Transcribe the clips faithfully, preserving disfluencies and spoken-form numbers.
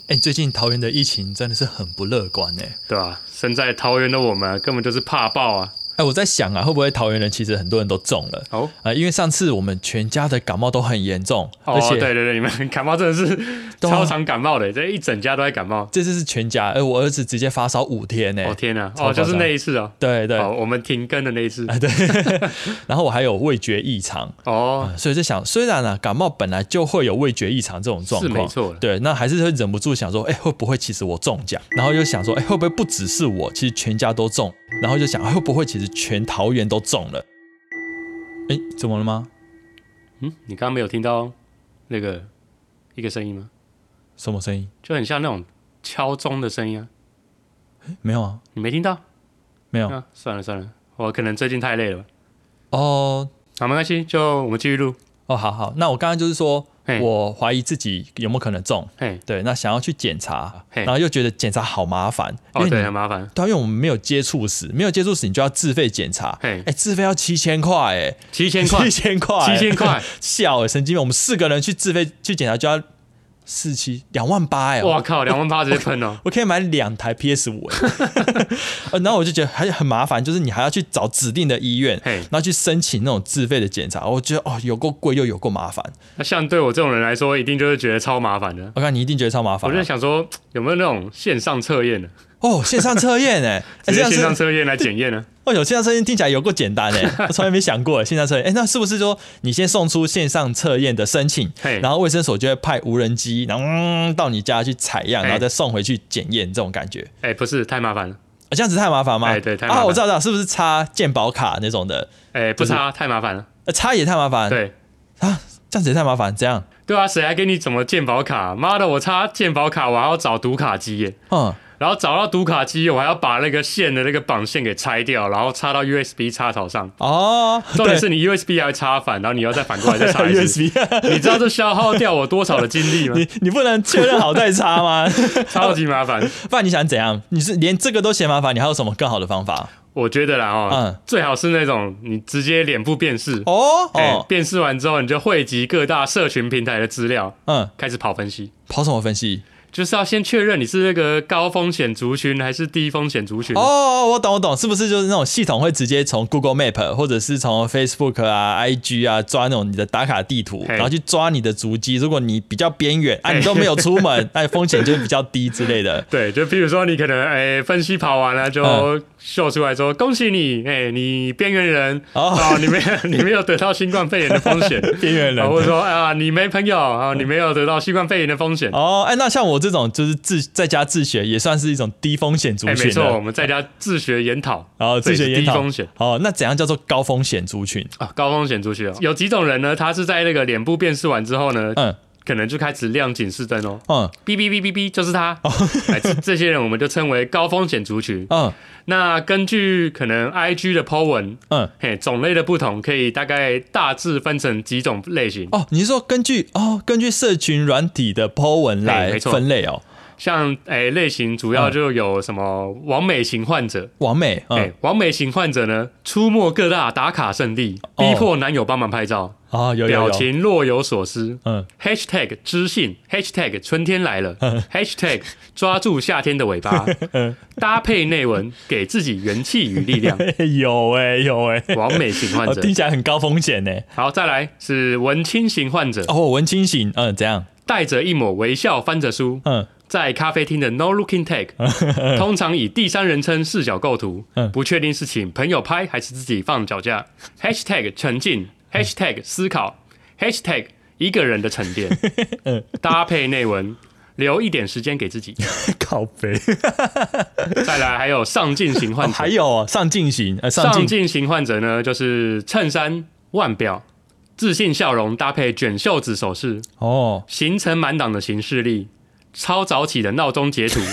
哎、欸，最近桃园的疫情真的是很不乐观哎， 对啊，身在桃园的我们、啊、根本就是怕爆啊！ 哎、欸，我在想啊，会不会桃园人其实很多人都中了？哦，啊、呃，因为上次我们全家的感冒都很严重， 哦， 而且对对对，你们感冒真的是超常感冒的，这一整家都在感冒。 这次是全家，哎，我儿子直接发烧五天呢！ 哦天哪，哦就是那一次哦， 对对， 哦我们停更的那一次， 啊对，然后我还有味觉异常哦、呃，所以就想，虽然啊感冒本来就会有味觉异常这种状况， 是没错， 对，那还是会忍不住想说，哎，会不会其实我中奖？然后又想说，哎，会不会不只是我，其实全家都中？然后就想，会不会其实全桃园都中了？哎，怎么了吗？ 嗯，你刚刚没有听到那个一个声音吗？ 什么声音？ 就很像那种敲钟的声音啊。 没有啊， 你没听到？ 没有。 啊、算了算了，我可能最近太累了。 哦， 好，没关系，就我们继续录。 哦，好好，那我刚刚就是说，我怀疑自己有没有可能中，对，那想要去检查，然后又觉得检查好麻烦， 哦，对，很麻烦， 对，因为我们没有接触史，没有接触史，你就要自费检查，哎，自费要七千块，哎， 七千块， 七千块， 七千块， 笑哎，神经病，我们四个人去自费去检查就要四七两万八哎， 哇靠，两万八直接喷哦， 我可以买两台 P S 五哎，然后我就觉得还很麻烦，就是你还要去找指定的医院，然后去申请那种自费的检查，我觉得哦有够贵又有够麻烦。 那像对我这种人来说，一定就是觉得超麻烦的。 我看你一定觉得超麻烦、啊， 我就想说有没有那种线上测验的？ 哦，线上测验哎， 直接线上测验来检验呢？ 哦，有线上测验听起来有够简单哎，我从来没想过线上测验。哎，那是不是说你先送出线上测验的申请，然后卫生所就会派无人机，然后、嗯、到你家去采样，然后再送回去检验，这种感觉？ 哎，不是太麻烦了。 啊、这样子太麻烦吗？ 哎，对，太麻烦。 啊，我知道，知道，是不是插健保卡那种的？ 哎，不插、就是、太麻烦了。 呃，插也太麻烦。 对啊，这样子也太麻烦，这样。 对啊，谁还给你怎么健保卡？妈的，我插健保卡，我还要找读卡机耶。嗯。然后找到读卡机，我还要把那个线的那个绑线给拆掉，然后插到 U S B 插头上。哦，重点是你 U S B 还会插反，然后你要再反过来再插一次 U S B。你知道这消耗掉我多少的精力吗？ 你你不能确认好再插吗？ 超级麻烦。 不然你想怎样？你是连这个都嫌麻烦，你还有什么更好的方法？ 我觉得啦哦，嗯，最好是那种你直接脸部辨识哦，哎、欸，辨识完之后你就汇集各大社群平台的资料，嗯，开始跑分析。 跑什么分析？ 就是要先确认你是那个高风险族群还是低风险族群。 哦，我懂我懂，是不是就是那种系统会直接从 Google Map 或者是从 Facebook 啊、I G 啊抓那种你的打卡地图，然后去抓你的足迹。如果你比较边缘啊，你都没有出门，那风险就比较低之类的。 对，就比如说你可能哎、欸、分析跑完了就秀出来说、嗯、恭喜你，哎、欸、你边缘人哦，哦你没有你没有得到新冠肺炎的风险， 边缘人， 或者说啊你没朋友啊你没有得到新冠肺炎的风险。 哦，哎那像我这种就是自在家自学也算是一种低风险族群、欸。 没错，我们在家自学研讨， 然后自学研讨低风险。 哦，那怎样叫做高风险族群啊？高风险族群、哦、有几种人呢？他是在那个脸部辨识完之后呢，嗯，可能就开始亮警示灯哦，嗯，哔哔哔哔哔，就是他。哦、这些人我们就称为高风险族群。嗯，那根据可能 I G 的 po 文，嗯，嘿，种类的不同，可以大概大致分成几种类型。 哦，你是说根据哦，根据社群软体的 po 文来分类哦？ 像诶、欸、类型主要就有什么网美型患者， 网美， 哎、嗯，网、欸、美型患者呢，出没各大打卡圣地，哦、逼迫男友帮忙拍照，啊、哦，有有有表情若有所思，嗯 ，#hashtag 知性 ，#hashtag 春天来了、嗯、，#hashtag 抓住夏天的尾巴，嗯、搭配内文给自己元气与力量， 有哎、欸、有哎、欸， 网美型患者、 哦、听起来很高风险呢。 好，再来是文青型患者， 哦，文青型，嗯，怎样？ 带着一抹微笑翻着书，嗯。在咖啡厅的 No Looking Tag 通常以第三人称视角构图，不确定是请朋友拍还是自己放脚架。#hashtag 沉浸 #hashtag 思考 #hashtag 一个人的沉淀搭配内文留一点时间给自己靠北再来还有上进型患者、哦、 还有上进型、呃、 上进上进型患者呢，就是衬衫腕表自信笑容搭配卷袖子手势哦，行程满档的行事历，超早起的闹钟截图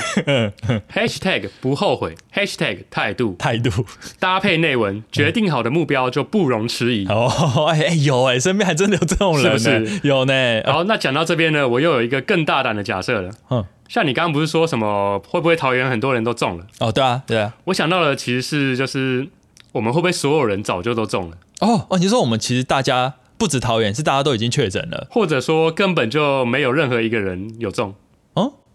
#hashtag 不后悔 #hashtag 态度态度搭配内文，决定好的目标就不容迟疑。 哦，哎、欸、有哎、欸，身边还真的有这种人， 是不是？ 有呢。 好，那讲到这边呢，我又有一个更大胆的假设了。嗯，像你刚刚不是说什么会不会桃园很多人都中了？ 哦，对啊，对啊。 我想到的其实是就是我们会不会所有人早就都中了？ 哦哦，你说我们其实大家不止桃园，是大家都已经确诊了， 或者说根本就没有任何一个人有中。 哦，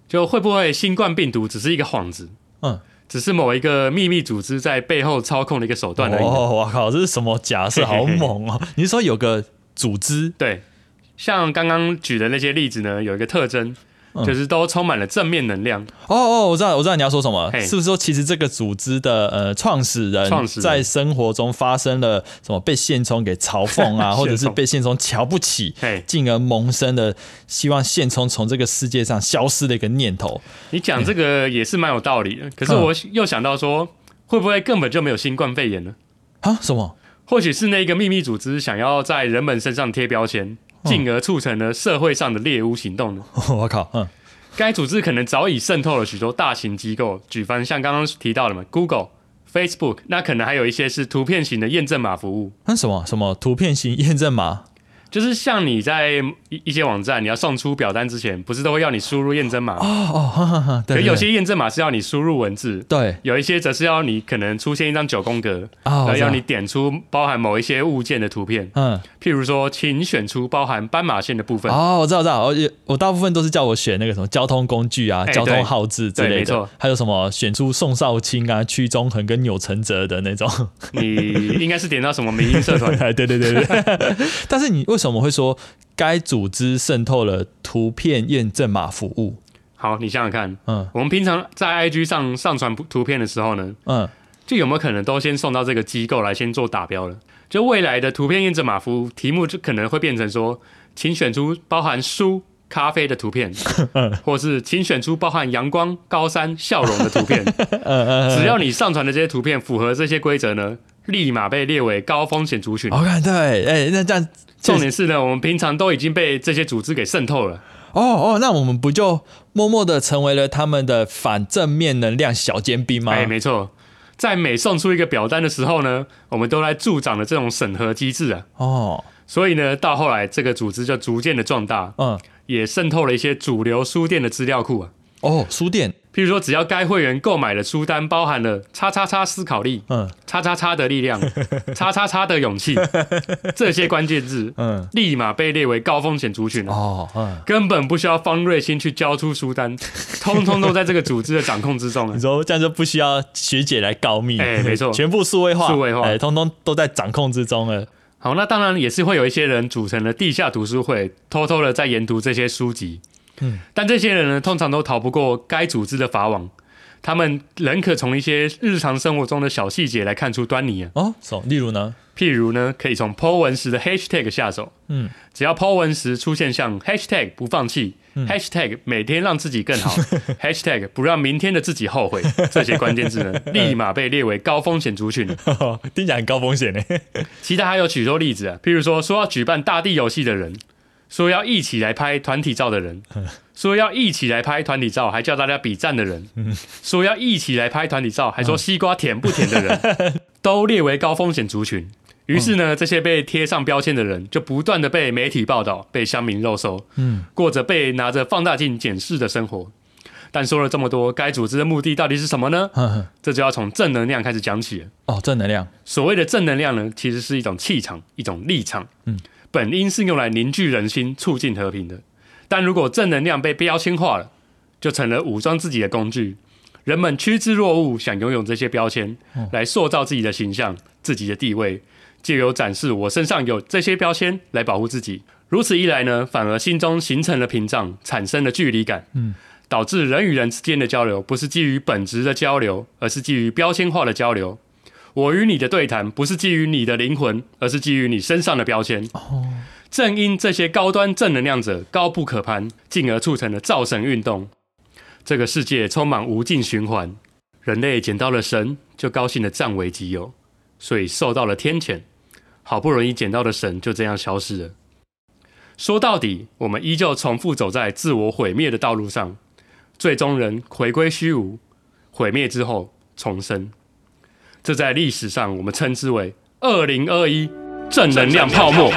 就会不会新冠病毒只是一个幌子？嗯。只是某一个秘密组织在背后操控的一个手段而已。 哦，我靠，这是什么假设？好猛哦！你是说有个组织？ 对，像刚刚举的那些例子呢，有一个特征。就是都充满了正面能量。 哦哦，我知道，我知道你要说什么，是不是说其实这个组织的呃创始人在生活中发生了什么被现充给嘲讽啊，或者是被现充瞧不起，进而萌生了希望现充从这个世界上消失的一个念头？ 你讲这个也是蛮有道理的，可是我又想到说，会不会根本就没有新冠肺炎呢？ 啊？什么？ 或许是那个秘密组织想要在人们身上贴标签。进而促成了社会上的猎巫行动呢？ 我靠，嗯， 该组织可能早已渗透了许多大型机构，举凡像刚刚提到的嘛 ，Google、Facebook， 那可能还有一些是图片型的验证码服务。 那什么什么图片型验证码？ 就是像你在一些网站，你要送出表单之前，不是都会要你输入验证码吗？ 哦哦，哈哈哈。 可有些验证码是要你输入文字， 对； 有一些则是要你可能出现一张九宫格，然后要你点出包含某一些物件的图片。嗯，譬如说，请选出包含斑马线的部分。 哦，我知道，我知道，我我大部分都是叫我选那个什么交通工具啊、欸、交通号志之类的， 没错。 还有什么选出宋少卿啊、屈中恒跟钮承泽的那种。 你应该是点到什么民营社团？ 对对对对。但是你为什么会说？该组织渗透了图片验证码服务。 好，你想想看，嗯，我们平常在 I G 上上传图片的时候呢，嗯，就有没有可能都先送到这个机构来先做打标了？就未来的图片验证码服务题目就可能会变成说，请选出包含书、咖啡的图片，或是请选出包含阳光、高山、笑容的图片。只要你上传的这些图片符合这些规则呢，立马被列为高风险族群。 我看对，哎、欸，那这样。 重点是呢，我们平常都已经被这些组织给渗透了。 哦哦，那我们不就默默的成为了他们的反正面能量小尖兵吗？ 哎，没错，在每送出一个表单的时候呢，我们都来助长了这种审核机制啊。哦，所以呢，到后来这个组织就逐渐的壮大，嗯，也渗透了一些主流书店的资料库啊。 哦，书店。 譬如说，只要该会员购买的书单包含了“叉叉叉思考力”、“嗯，叉叉叉的力量”、“叉叉叉的勇气”这些关键字，嗯，立马被列为高风险族群了。哦，嗯，根本不需要方瑞欣去交出书单，通通都在这个组织的掌控之中。 你说这样就不需要学姐来告密？ 哎，没错， 全部数位化， 数位化， 哎，通通都在掌控之中了。 好，那当然也是会有一些人组成了地下读书会，偷偷的在研读这些书籍。嗯，但这些人呢，通常都逃不过该组织的法网。他们仍可从一些日常生活中的小细节来看出端倪啊。 哦，so, 例如呢？ 譬如呢，可以从 po 文时的 hashtag 下手。嗯，只要 po 文时出现像 hashtag 不放弃、嗯、hashtag 每天让自己更好、hashtag 不让明天的自己后悔这些关键字呢，立马被列为高风险族群。 听起来很高风险呢。 其他还有许多例子啊，譬如说说要举办大地游戏的人。说要一起来拍团体照的人，说要一起来拍团体照，还叫大家比赞的人，说要一起来拍团体照，还说西瓜甜不甜的人，都列为高风险族群。于是呢，这些被贴上标签的人，就不断的被媒体报道，被乡民肉搜，过着被拿着放大镜检视的生活。但说了这么多，该组织的目的到底是什么呢？这就要从正能量开始讲起了。 哦，正能量。 所谓的正能量呢，其实是一种气场，一种立场。嗯。本应是用来凝聚人心、促进和平的，但如果正能量被标签化了，就成了武装自己的工具。人们趋之若鹜，想拥有这些标签，来塑造自己的形象、自己的地位，藉由展示我身上有这些标签来保护自己。如此一来呢，反而心中形成了屏障，产生了距离感，嗯，导致人与人之间的交流不是基于本质的交流，而是基于标签化的交流。我与你的对谈不是基于你的灵魂，而是基于你身上的标签。哦，正因这些高端正能量者高不可攀，进而促成了造神运动。这个世界充满无尽循环，人类捡到了神，就高兴的占为己有，所以受到了天谴。好不容易捡到的神就这样消失了。说到底，我们依旧重复走在自我毁灭的道路上，最终人回归虚无，毁灭之后重生。这在历史上我们称之为二零二一正能量泡沫。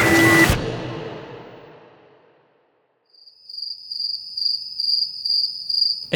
哎、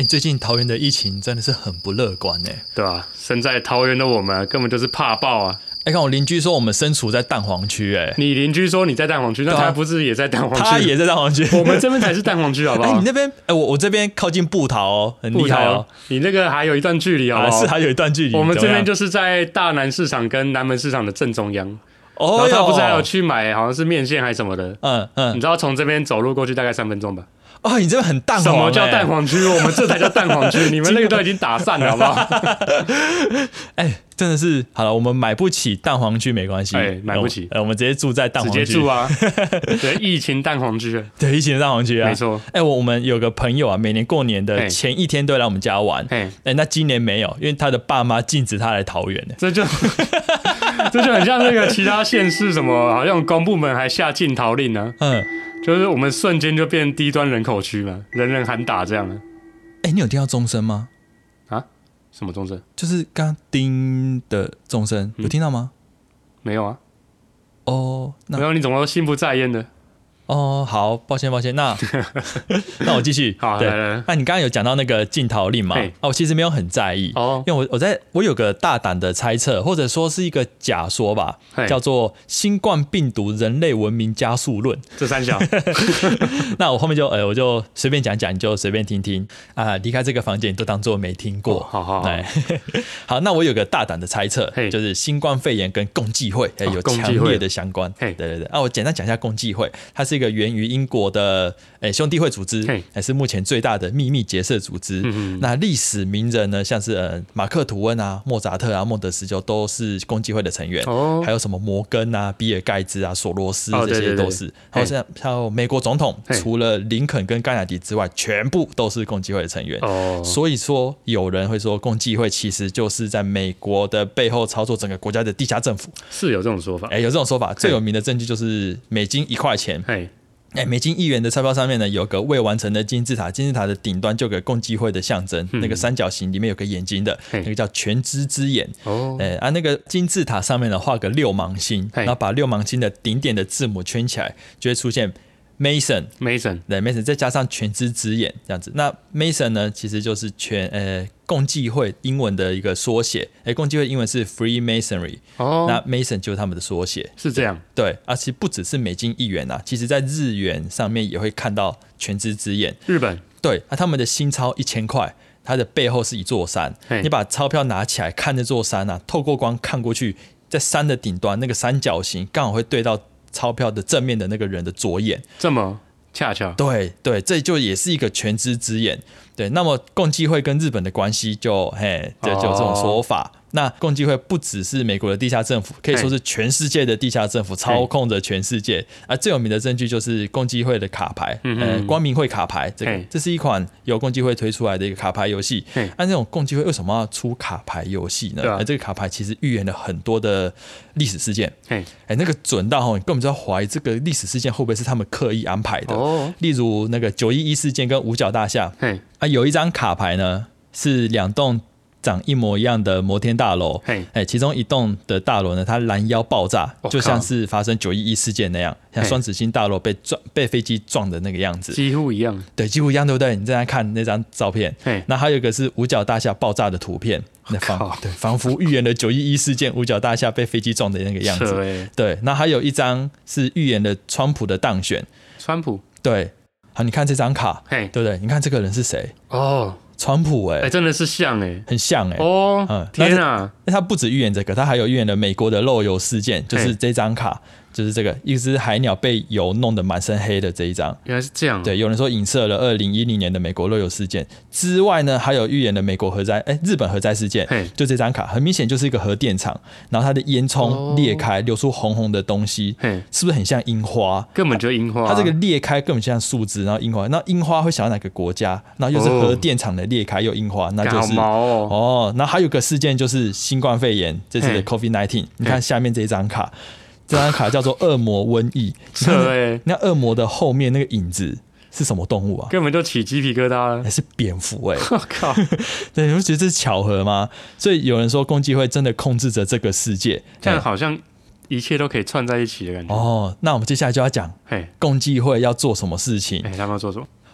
最近桃园的疫情真的是很不乐观哎， 对啊，身在桃园的我们根本就是怕爆啊！ 哎，看我邻居说我们身处在蛋黄区，哎， 你邻居说你在蛋黄区，那他不是也在蛋黄区？ 他也在蛋黄区， 我们这边才是蛋黄区，好不好？ 哎，你那边，哎，我我这边靠近布桃哦，很厉害哦。 你那个还有一段距离，好不好？ 是还有一段距离。 我们这边就是在大南市场跟南门市场的正中央。 哦， 然后他不是还有去买好像是面线还是什么的？嗯嗯，你知道从这边走路过去大概三分钟吧？ 哦，你这边很蛋黄、欸。 什么叫蛋黄区？我们这才叫蛋黄区，你们那个都已经打散了，好不好？ 哎、欸，真的是好了，我们买不起蛋黄区没关系，哎、 欸，买不起， 呃，我们直接住在蛋黄区， 直接住啊。对，疫情蛋黄区， 对，疫情的蛋黄区啊， 没错。 哎、欸，我我们有个朋友啊，每年过年的前一天都会来我们家玩，哎、欸欸，那今年没有，因为他的爸妈禁止他来桃园， 这就。这就很像那个其他县市什么，好像公部门还下禁桃令呢、啊。嗯，就是我们瞬间就变低端人口区嘛，人人喊打这样的。 哎、欸，你有听到钟声吗？ 啊？什么钟声？ 就是刚刚叮的钟声，有听到吗、 嗯？没有啊。 哦， 没有，你怎么心不在焉的？ 哦，好，抱歉，抱歉，那那我继续。 好， 对， 来来， 那你刚刚有讲到那个禁桃令嘛？啊，我其实没有很在意，哦，因为我我在我有个大胆的猜测，或者说是一个假说吧，叫做新冠病毒人类文明加速论。 这三小， 那我后面就呃我就随便讲讲，你就随便听听啊。离开这个房间，你都当做没听过。 哦、好好好， 好，那我有个大胆的猜测，就是新冠肺炎跟共济会有强烈的相关。对对对，啊，我简单讲一下共济会，它是一个源于英国的诶兄弟会组织，还是目前最大的秘密结社组织。嗯、那历史名人呢，像是呃马克吐温啊、莫扎特啊、孟德斯鸠都是共济会的成员。哦，还有什么摩根啊、比尔盖茨啊、索罗斯、哦、这些都是。还有像还有美国总统，除了林肯跟甘乃迪之外，全部都是共济会的成员。哦，所以说有人会说，共济会其实就是在美国的背后操作整个国家的地下政府。 是有这种说法？ 哎，有这种说法。最有名的证据就是美金一块钱。哎，美金一元的钞票上面呢，有个未完成的金字塔，金字塔的顶端就有个共济会的象征，嗯、那个三角形里面有个眼睛的，那个叫全知之眼。哦，哎啊，那个金字塔上面呢画个六芒星，然后把六芒星的顶点的字母圈起来，就会出现 Mason，Mason， 对 Mason， 再加上全知之眼这样子。那 Mason 呢，其实就是全呃。共济会英文的一个缩写，哎，共济会英文是 Freemasonry， 哦，那 Mason 就是他们的缩写， 是这样， 对，啊，其实不只是美金一元啊，其实在日元上面也会看到全知之眼， 日本， 对，啊，他们的新钞一千块，它的背后是一座山，你把钞票拿起来看那座山啊，透过光看过去，在山的顶端那个三角形刚好会对到钞票的正面的那个人的左眼， 这么恰巧， 对对，这就也是一个全知之眼。对，那么共济会跟日本的关系就嘿，就就有这种说法。Oh. 那共济会不只是美国的地下政府，可以说是全世界的地下政府，操控着全世界。啊，最有名的证据就是共济会的卡牌，嗯、呃，光明会卡牌，这个这是一款由共济会推出来的一个卡牌游戏。按、啊、这种共济会为什么要出卡牌游戏呢？啊、这个卡牌其实预言了很多的历史事件。哎、欸，那个准到你根本就要怀疑这个历史事件会不会是他们刻意安排的。哦、例如那个九一一事件跟五角大厦。啊，有一张卡牌呢，是两栋长一模一样的摩天大楼，哎，其中一栋的大楼呢，它拦腰爆炸，就像是发生九一一事件那样，像双子星大楼被撞、被飞机撞的那个样子， 几乎一样。 对，几乎一样，对不对？你再来看那张照片，那还有一个是五角大厦爆炸的图片，那仿对仿佛预言了九一一事件，五角大厦被飞机撞的那个样子。对，那还有一张是预言了川普的当选， 川普对。好，你看这张卡，对不对？你看这个人是谁？哦，川普哎、欸欸，真的是像哎、欸， 很像哎、欸。 哦，嗯，天啊！ 那他不止预言这个，他还有预言了美国的漏油事件，就是这张卡。就是这个一只海鸟被油弄得满身黑的这一张， 原来是这样、哦。 对，有人说影射了二零一零年的美国漏油事件之外呢，还有预言了美国核灾，哎，日本核灾事件。就这张卡很明显就是一个核电厂，然后它的烟囱裂开，流出红红的东西，是不是很像樱花？ 根本就樱花。 它这个裂开根本就像树枝，然后樱花，那樱花会想到哪个国家？然后又是核电厂的裂开又樱花，那就是哦。 哦，然后还有个事件就是新冠肺炎，这次的 COVID 十九， 你看下面这一张卡。这张卡叫做恶魔瘟疫， 对， 那恶魔的后面那个影子是什么动物啊？ 根本就起鸡皮疙瘩了， 还是蝙蝠哎、欸！ 我靠， 对，你会觉得这是巧合吗？所以有人说共济会真的控制着这个世界， 这样好像一切都可以串在一起的感觉。 哦，那我们接下来就要讲，共济会要做什么事情？ 哎，他们要做什么？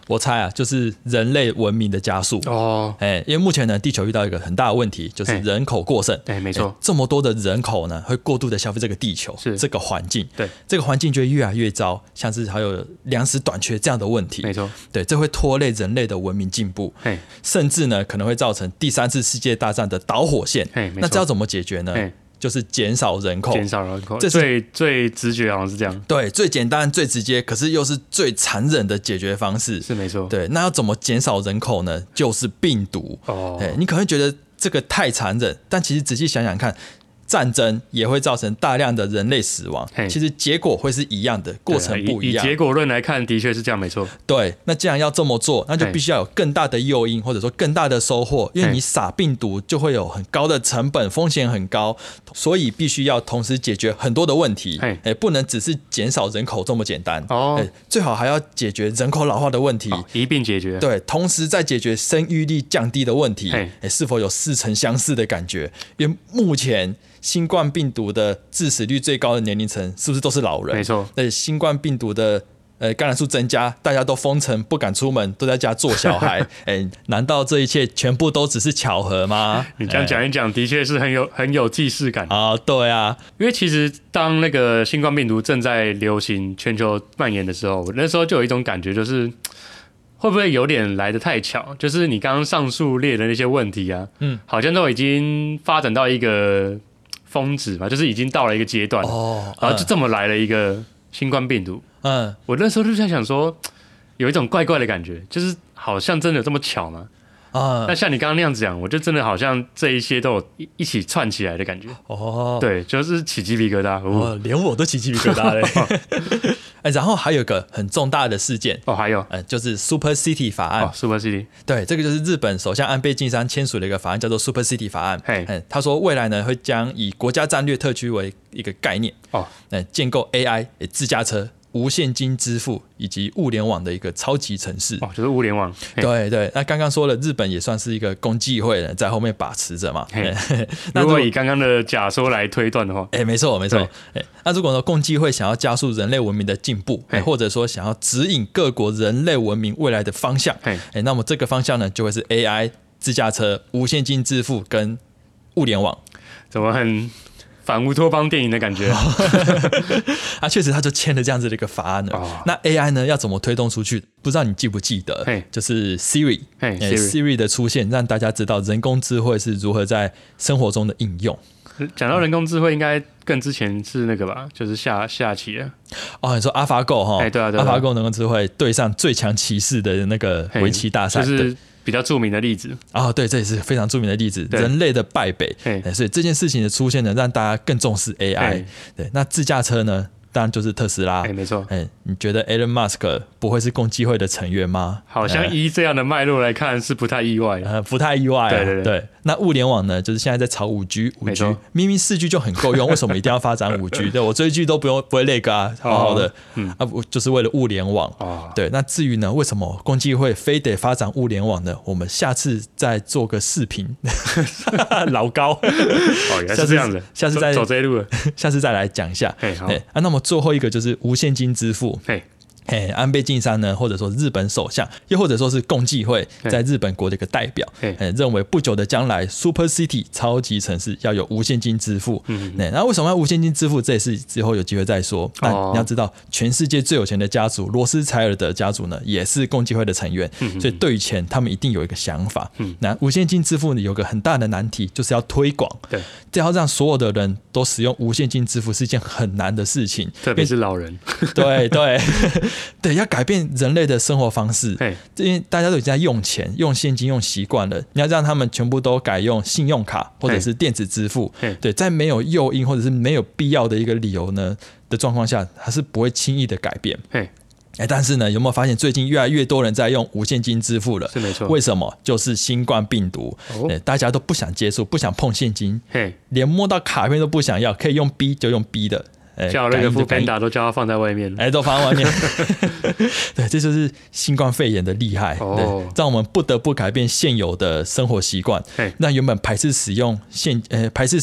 我猜啊，就是人类文明的加速哦。哎，因为目前呢，地球遇到一个很大的问题，就是人口过剩。 哎，没错， 这么多的人口呢，会过度的消费这个地球，这个环境。 对， 这个环境就会越来越糟，像是还有粮食短缺这样的问题。 没错， 对，这会拖累人类的文明进步，甚至呢，可能会造成第三次世界大战的导火线。那这要怎么解决呢？就是减少人口， 减少人口，这是最最直觉，好像是这样。 对，最简单、最直接，可是又是最残忍的解决方式。 是没错。 对，那要怎么减少人口呢？就是病毒。哦，对，你可能会觉得这个太残忍，但其实仔细想想看。战争也会造成大量的人类死亡，其实结果会是一样的，过程不一样。 以, 以结果论来看，的确是这样，没错。 对，那既然要这么做，那就必须要有更大的诱因，或者说更大的收获，因为你撒病毒就会有很高的成本，风险很高，所以必须要同时解决很多的问题，哎，不能只是减少人口这么简单哦，最好还要解决人口老化的问题， 哦、一并解决。 对，同时再解决生育率降低的问题，哎，是否有似曾相识的感觉？因为目前。新冠病毒的致死率最高的年龄层是不是都是老人？ 没错。 对，新冠病毒的呃感染数增加，大家都封城不敢出门，都在家做小孩。哎，难道这一切全部都只是巧合吗？ 你这样讲一讲，的确是很有很有既视感啊。对啊， 因为其实当那个新冠病毒正在流行、全球蔓延的时候，我那时候就有一种感觉，就是会不会有点来得太巧？就是你刚刚上述列的那些问题啊，嗯，好像都已经发展到一个。峰值嘛，就是已经到了一个阶段，哦，然后就这么来了一个新冠病毒。嗯，我那时候就在想说，有一种怪怪的感觉，就是好像真的有这么巧吗？啊，那像你刚刚那样子讲，我就真的好像这一些都有一起串起来的感觉。哦，对，就是起鸡皮疙瘩。 哦，连我都起鸡皮疙瘩嘞。哎，然后还有一个很重大的事件哦，还有， 呃，就是 Super City 法案。 哦 ，Super City， 对，这个就是日本首相安倍晋三签署的一个法案，叫做 Super City 法案。嘿，他说未来呢会将以国家战略特区为一个概念，哦，建构 A I 自驾车。无现金支付以及物联网的一个超级城市哦，就是物联网。 对对，那刚刚说了，日本也算是一个公济会在后面把持着嘛。 那如果以刚刚的假说来推断的话， 哎，没错没错。那如果说共济会想要加速人类文明的进步，或者说想要指引各国人类文明未来的方向，哎，那么这个方向呢，就会是 A I 自驾车、无现金支付跟物联网。 怎么很？反乌托邦电影的感觉啊，确实他就签了这样子的一个法案了。哦、那 A I 呢要怎么推动出去？不知道你记不记得？就是 Siri， Siri. Siri 的出现让大家知道人工智慧是如何在生活中的应用。 讲到人工智慧，应该更之前是那个吧，就是下下棋了。 哦，你说 AlphaGo 哈？ 哎，对啊，对啊 ，AlphaGo 人工智慧对上最强骑士的那个围棋大赛， 就是比较著名的例子啊、哦，对，这也是非常著名的例子，人类的败北。所以这件事情的出现呢，让大家更重视 A I。对，那自驾车呢？当然就是特斯拉， 哎，没错， 哎，你觉得 Elon Musk 不会是共济会的成员吗？ 好像依这样的脉络来看，是不太意外的， 呃，不太意外、啊， 对对 对, 对。那物联网呢，就是现在在炒五 G， 五 G 明明四 G 就很够用，为什么一定要发展五 G？ 对我追剧都不用不会累个啊，好好的，哦嗯、啊，就是为了物联网、哦。对，那至于呢，为什么共济会非得发展物联网呢？我们下次再做个视频，老高， 哦，原来是这样的， 下次再走这一路了， 下次再来讲一下。 好， 啊，那么最后一个就是无现金支付。嘿，安倍晋三呢，或者说日本首相，又或者说是共济会在日本国的一个代表，认为不久的将来 Super City 超级城市要有无现金支付。嗯，那为什么要无现金支付？这也是之后有机会再说。那你要知道，全世界最有钱的家族罗斯柴尔德家族呢，也是共济会的成员，嗯、所以对于钱，他们一定有一个想法。嗯，那无现金支付呢，有个很大的难题，就是要推广。 对， 这要让所有的人都使用无现金支付是一件很难的事情， 特别是老人。 对对。对，要改变人类的生活方式，因为大家都已经在用钱、用现金、用习惯了，你要让他们全部都改用信用卡或者是电子支付。对，在没有诱因或者是没有必要的一个理由呢的状况下，它是不会轻易的改变。哎，但是呢，有没有发现最近越来越多人在用无现金支付了？ 是没错。 为什么？就是新冠病毒，哦、大家都不想接触，不想碰现金，连摸到卡片都不想要，可以用 B 就用 B 的。 叫那个副班达都叫他放在外面， 哎，都放在外面。对，这就是新冠肺炎的厉害，哦、对，让我们不得不改变现有的生活习惯。那原本排斥使用现呃排斥使用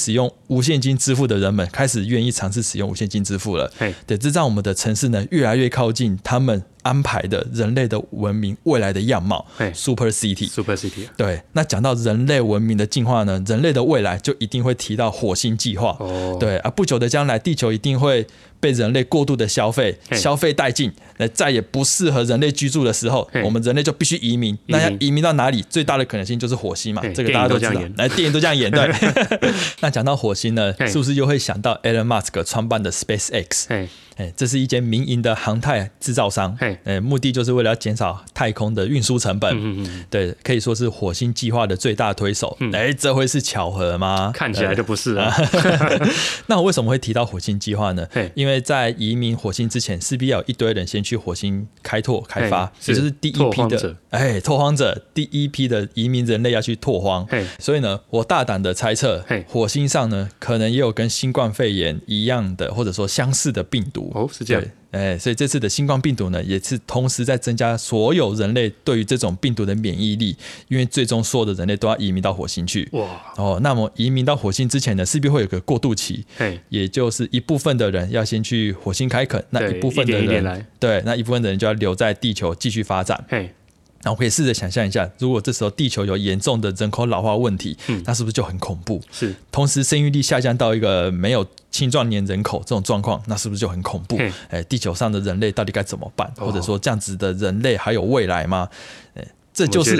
无现金支付的人们开始愿意尝试使用无现金支付了。对，这让我们的城市呢越来越靠近他们安排的人类的文明未来的样貌 ，Super City。Super City。 对，那讲到人类文明的进化呢，人类的未来就一定会提到火星计划。哦，对啊，不久的将来，地球一定会被人类过度的消费，消费殆尽，那再也不适合人类居住的时候，我们人类就必须移民。那要移民到哪里？最大的可能性就是火星嘛，这个大家都知道。来，电影都这样演，对。那讲到火星呢，是不是又会想到 Elon Musk 创办的 SpaceX？哎，这是一间民营的航太制造商，哎，目的就是为了要减少太空的运输成本。嗯嗯对，可以说是火星计划的最大推手。哎、嗯，这会是巧合吗？ 看起来就不是啊。 那我为什么会提到火星计划呢？因为在移民火星之前，势必要有一堆人先去火星开拓开发，也就是第一批的哎拓荒者，第一批的移民人类要去拓荒。所以呢，我大胆的猜测，火星上呢可能也有跟新冠肺炎一样的，或者说相似的病毒。 哦，是这样。 哎，所以这次的新冠病毒呢，也是同时在增加所有人类对于这种病毒的免疫力，因为最终所有的人类都要移民到火星去。哇！哦，那么移民到火星之前呢，势必会有个过渡期，也就是一部分的人要先去火星开垦，那一部分的人，一点一点来对，那一部分的人就要留在地球继续发展。嘿。那我可以试着想象一下，如果这时候地球有严重的人口老化问题，嗯、那是不是就很恐怖？是。同时生育力下降到一个没有青壮年人口这种状况，那是不是就很恐怖？哎，地球上的人类到底该怎么办？哦、或者说这样子的人类还有未来吗？哎，这就是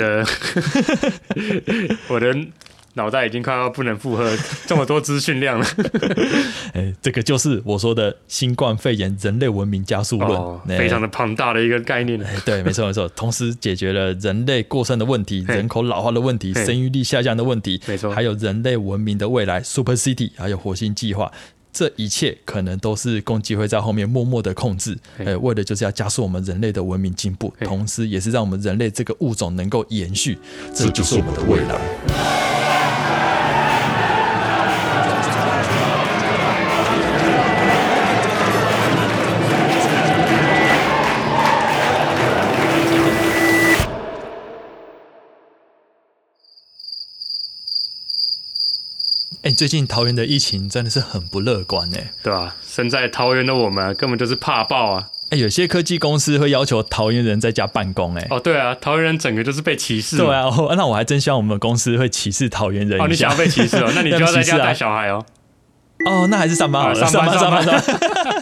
我的脑袋已经快要不能负荷这么多资讯量了。 哎，这个就是我说的新冠肺炎人类文明加速论，哦、 非常的庞大的一个概念。 对，没错没错，同时解决了人类过剩的问题、人口老化的问题、生育力下降的问题，没错，还有人类文明的未来 Super City， 还有火星计划。这一切可能都是共济会在后面默默的控制，呃，为的就是要加速我们人类的文明进步，同时也是让我们人类这个物种能够延续，这就是我们的未来。哎，最近桃园的疫情真的是很不乐观哎， 对啊，身在桃园的我们、啊、根本就是怕爆啊！ 哎，有些科技公司会要求桃园人在家办公哎。 哦，对啊，桃园人整个就是被歧视。 对啊、哦，那我还真希望我们公司会歧视桃园人一下。 哦，你想要被歧视哦？那你就要在家带小孩哦。 哦，那还是上班好了， 上班上班上班。